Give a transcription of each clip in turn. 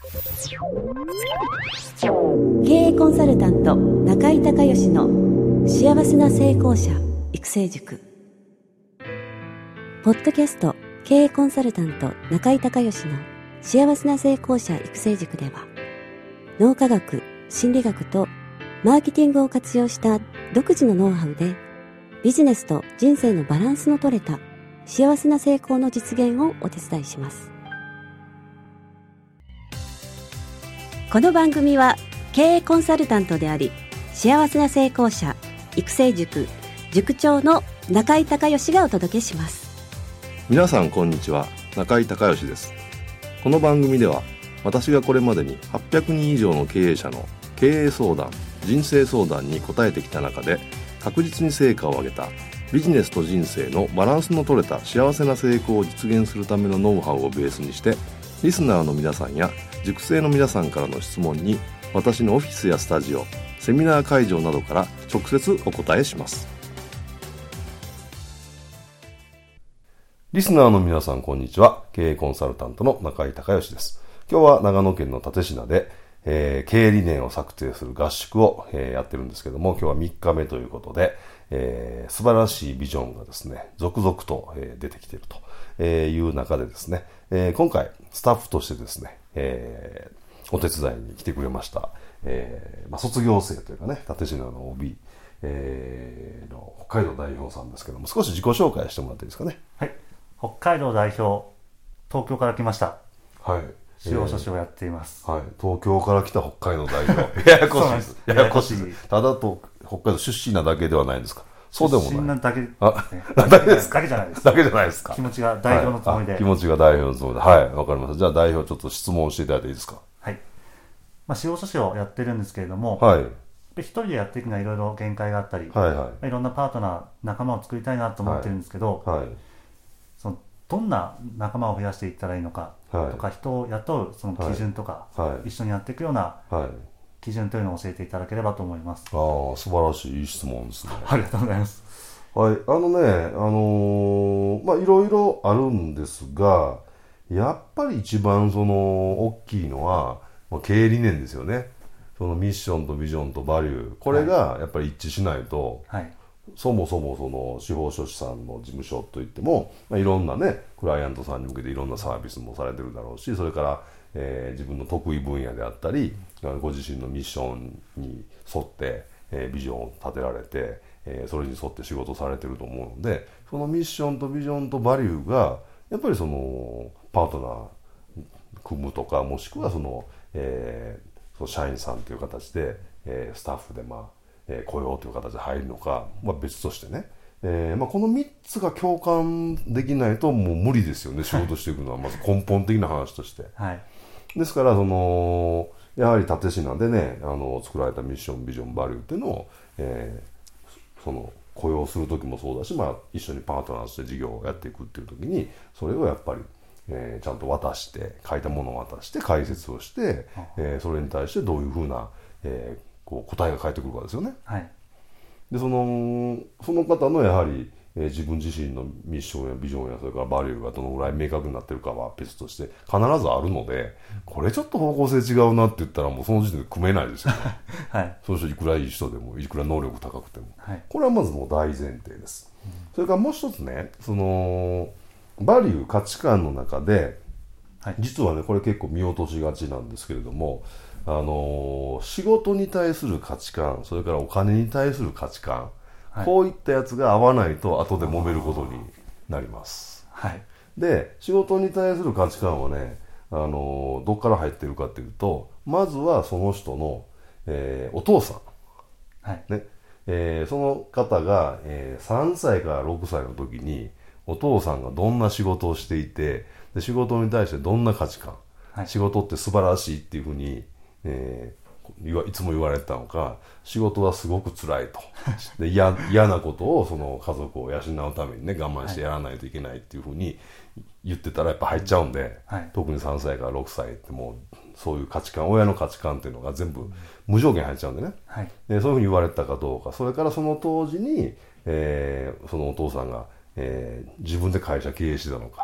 経営コンサルタント中井孝義の幸せな成功者育成塾。ポッドキャスト経営コンサルタント中井孝義の幸せな成功者育成塾では、脳科学、心理学とマーケティングを活用した独自のノウハウで、ビジネスと人生のバランスの取れた幸せな成功の実現をお手伝いします。この番組は経営コンサルタントであり、幸せな成功者育成塾塾長の中井孝義がお届けします。 皆さんこんにちは、中井孝義です。この番組では、私がこれまでに800人以上の経営者の経営相談、人生相談に答えてきた中で、確実に成果を上げたビジネスと人生のバランスの取れた幸せな成功を実現するためのノウハウをベースにして、リスナーの皆さんや塾生の皆さんからの質問に、私のオフィスやスタジオ、セミナー会場などから直接お答えします。リスナーの皆さんこんにちは。経営コンサルタントの中井孝義です。今日は長野県の立科で、経営理念を策定する合宿を、やってるんですけども、今日は3日目ということで、素晴らしいビジョンがですね、続々と、出てきているという中でですね、今回スタッフとしてですね、お手伝いに来てくれました、卒業生というかね、立科の OB、の北海道代表さんですけども、少し自己紹介してもらっていいですかね。 はい、北海道代表、東京から来ました。 はい。 司法書士をやっています。 はい。東京から来た北海道代表。ややこしいです。ややこしいです。ただと北海道出身なだけではないんですか。そうでもない。 出身なだけ、 だけですか。 だけじゃないです。 だけじゃないですか。 気持ちが代表のつもりで。 気持ちが代表のつもりで。はい。わかりました。じゃあ代表ちょっと質問していただいていいですか。 はい。司法書士をやってるんですけれども、 はい。 一人でやっていくのはいろいろ限界があったり、 はいはい。 いろんなパートナー、仲間を作りたいなと思ってるんですけど、 はい。 そのどんな仲間を増やしていったらいいのかとか、人を雇うその基準とか、一緒にやっていくような基準というのを教えていただければと思います。 ああ、素晴らしい、いい質問ですね。 ありがとうございます。 はい。いろいろあるんですが、やっぱり一番大きいのは、経営理念ですよね。そのミッションとビジョンとバリュー、これがやっぱり一致しないと、そもそもその司法書士さんの事務所といっても、いろんなねクライアントさんに向けていろんなサービスもされてるだろうし、それから、自分の得意分野であったり、ご自身のミッションに沿って、ビジョンを立てられて、それに沿って仕事されてると思うので、そのミッションとビジョンとバリューがやっぱりそのパートナー組むとか、もしくはその社員さんという形で、スタッフで雇用という形で入るのかは別としてね、この3つが共感できないともう無理ですよね、仕事していくのはまず根本的な話として、ですからやはり立科でね作られたミッションビジョンバリューっていうのを、その雇用する時もそうだし、一緒にパートナーとして事業をやっていくっていう時にそれをやっぱりちゃんと渡して、書いたものを渡して解説をして、それに対してどういうふうな、答えが返ってくるかですよね。でその方のやはり、自分自身のミッションやビジョンやそれからバリューがどのぐらい明確になってるかは別として必ずあるので、これちょっと方向性違うなって言ったらもうその時点で組めないですよね。その人いくらいい人でもいくら能力高くても、これはまずもう大前提です。それからもう一つね、バリュー価値観の中で、実はねこれ結構見落としがちなんですけれども、仕事に対する価値観、それからお金に対する価値観、こういったやつが合わないと後で揉めることになります。で仕事に対する価値観はね、どっから入ってるかっていうと、まずはその人の、お父さん、その方が、3歳から6歳の時にお父さんがどんな仕事をしていて、で仕事に対してどんな価値観、仕事って素晴らしいっていうふうに、いつも言われてたのか、仕事はすごく辛いとで嫌なことをその家族を養うためにね我慢してやらないといけないっていうふうに言ってたらやっぱ入っちゃうんで、特に3歳から6歳ってもうそういう価値観、親の価値観っていうのが全部無条件入っちゃうんでね、でそういうふうに言われたかどうか、それからその当時に、そのお父さんが、自分で会社経営してたのか、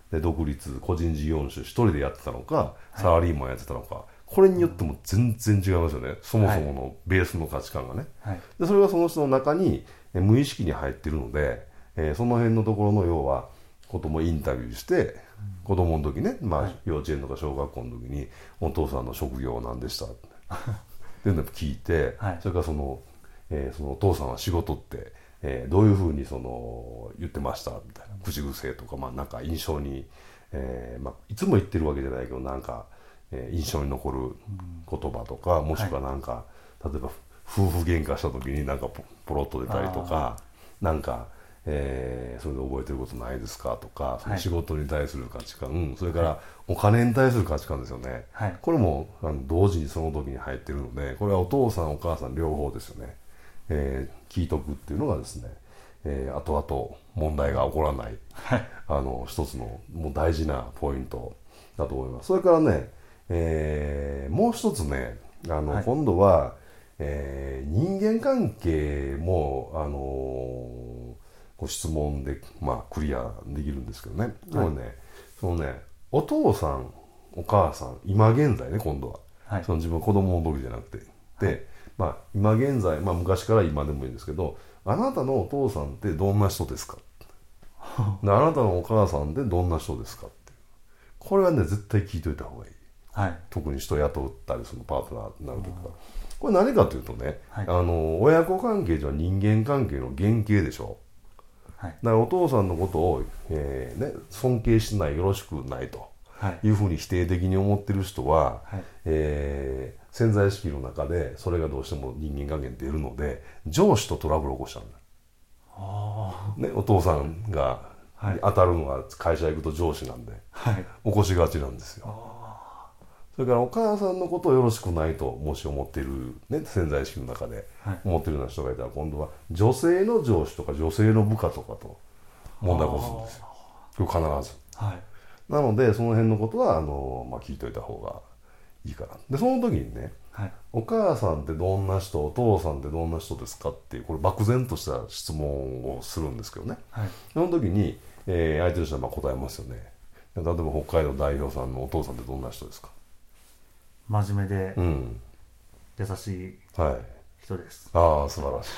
で独立個人事業主一人でやってたのか、サラリーマンやってたのか、これによっても全然違いますよね、そもそものベースの価値観がね、でそれがその人の中に無意識に入ってるので、その辺のところの要はこともインタビューして、子供の時ね、幼稚園とか小学校の時にお父さんの職業は何でしたっていうのを聞いて、それからそのお父さんは仕事って、どういうふうに言ってましたみたいな口癖とか、なんか印象に、いつも言ってるわけじゃないけどなんか、印象に残る言葉とか、もしくはなんか、例えば夫婦喧嘩した時になんかポロッと出たりとか、なんか、それで覚えてることないですかとか、その仕事に対する価値観、それからお金に対する価値観ですよね、これも同時にその時に入ってるので、これはお父さんお母さん両方ですよね、聞いとくっていうのがですね、後々問題が起こらない、一つのもう大事なポイントだと思います。それからね、もう一つね、今度は、人間関係もご質問で、クリアできるんですけどね、でもね、お父さんお母さん今現在ね、今度は、その自分子供の時じゃなくて、で、今現在、昔から今でもいいんですけど、あなたのお父さんってどんな人ですかあなたのお母さんってどんな人ですかって、これはね絶対聞いといた方がいい、特に人雇ったりするパートナーになるときは。これ何かというとね、親子関係上は人間関係の原型でしょ、だからお父さんのことを、尊敬しない、よろしくないというふうに否定的に思ってる人は、潜在意識の中でそれがどうしても人間関係に出るので、上司とトラブルを起こしちゃうんだ、お父さんが当たるのが会社行くと上司なんで、起こしがちなんですよ。それからお母さんのことをよろしくないともし思っている、潜在意識の中で思っているような人がいたら、今度は女性の上司とか女性の部下とかと問題を起こすんですよ、必ず、なのでその辺のことは聞いといた方がいいかな。でその時にね、お母さんってどんな人、お父さんってどんな人ですかっていう、これ漠然とした質問をするんですけどね、その時に、相手の人は答えますよね。例えば北海道代表さんのお父さんってどんな人ですか。 真面目で、優しい人です、 素晴らしい、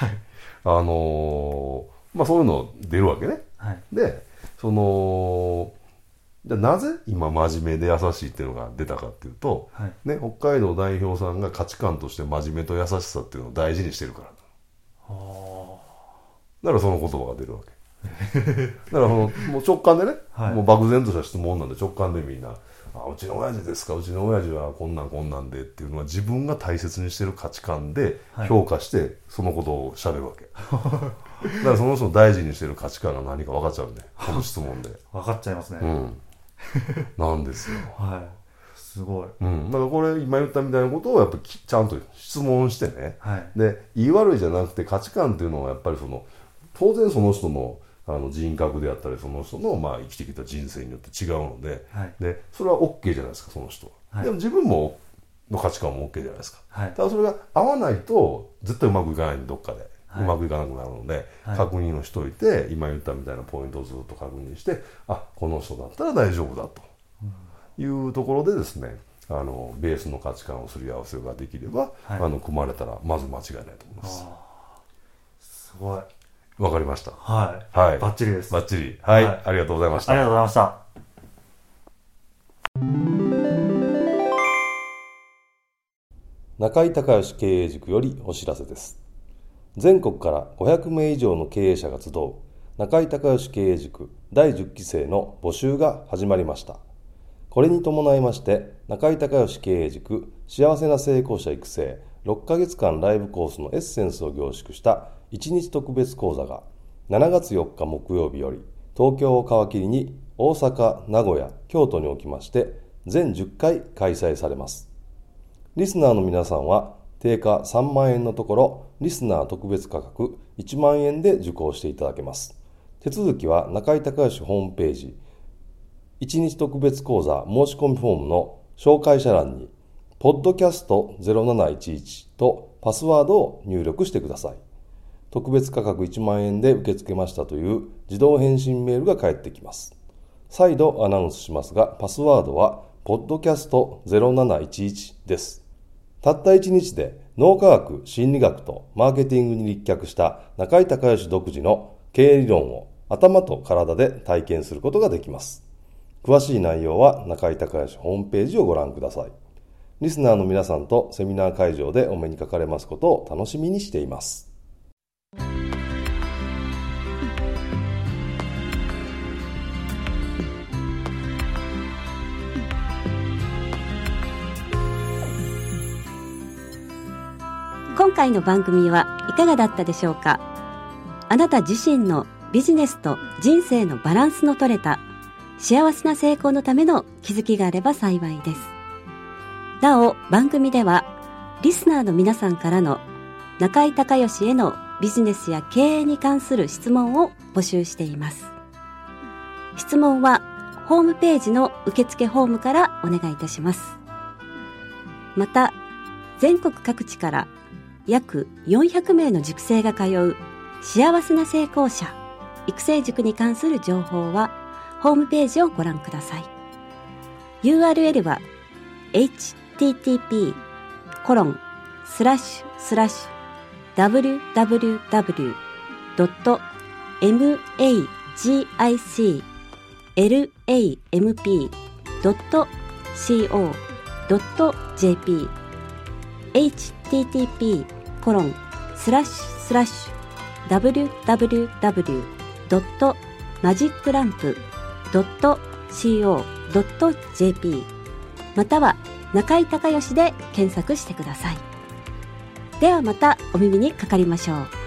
そういうの出るわけね、でじゃあなぜ今真面目で優しいっていうのが出たかっていうと、北海道代表さんが価値観として真面目と優しさっていうのを大事にしてるから、だからその言葉が出るわけだからもう直感でね、もう漠然とした質問なんで直感でみんな、うちの親父ですか、うちの親父はこんなんでっていうのは自分が大切にしてる価値観で評価してそのことをしゃべるわけだからその人の大事にしてる価値観が何か分かっちゃうんで、この質問で分かっちゃいますね、 なんですよ、 すごい、 だからこれ今言ったみたいなことをやっぱりちゃんと質問してね、で言い悪いじゃなくて、価値観っていうのはやっぱり当然その人の人格であったり、その人の生きてきた人生によって違うので、でそれは OK じゃないですか、その人は、でも自分もの価値観も OK じゃないですか、ただそれが合わないと絶対うまくいかないんで、どっかでうまくいかなくなるので、確認をしといて、今言ったみたいなポイントをずっと確認して、この人だったら大丈夫だというところでですね、ベースの価値観をすり合わせができれば、組まれたらまず間違いないと思います。 すごい、 わかりました。 バッチリです。 バッチリ。ありがとうございました。 ありがとうございました。 中井孝義経営塾よりお知らせです。全国から500名以上の経営者が集う中井孝義経営塾第10期生の募集が始まりました。これに伴いまして、中井孝義経営塾幸せな成功者育成6ヶ月間ライブコースのエッセンスを凝縮した1日特別講座が7月4日木曜日より東京を皮切りに大阪、名古屋、京都におきまして全10回開催されます。リスナーの皆さんは定価3万円のところ、リスナー特別価格1万円で受講していただけます。手続きは中井孝義ホームページ1日特別講座申し込みフォームの紹介者欄にポッドキャスト0711とパスワードを入力してください。特別価格1万円で受け付けましたという自動返信メールが返ってきます。 再度アナウンスしますが、パスワードはポッドキャスト0711です。たった1日で脳科学、心理学とマーケティングに立脚した中井隆義独自の経営理論を頭と体で体験することができます。詳しい内容は中井隆義ホームページをご覧ください。リスナーの皆さんとセミナー会場でお目にかかれますことを楽しみにしています。 今回の番組はいかがだったでしょうか。あなた自身のビジネスと人生のバランスの取れた幸せな成功のための気づきがあれば幸いです。なお、番組ではリスナーの皆さんからの中井隆義へのビジネスや経営に関する質問を募集しています。質問はホームページの受付フォームからお願いいたします。また、全国各地から約400名の塾生が通う幸せな成功者育成塾に関する情報はホームページをご覧ください。 URL は http://www.magiclamp.co.jp http://www.magiclamp.co.jp または中井隆義で検索してください。ではまたお耳にかかりましょう。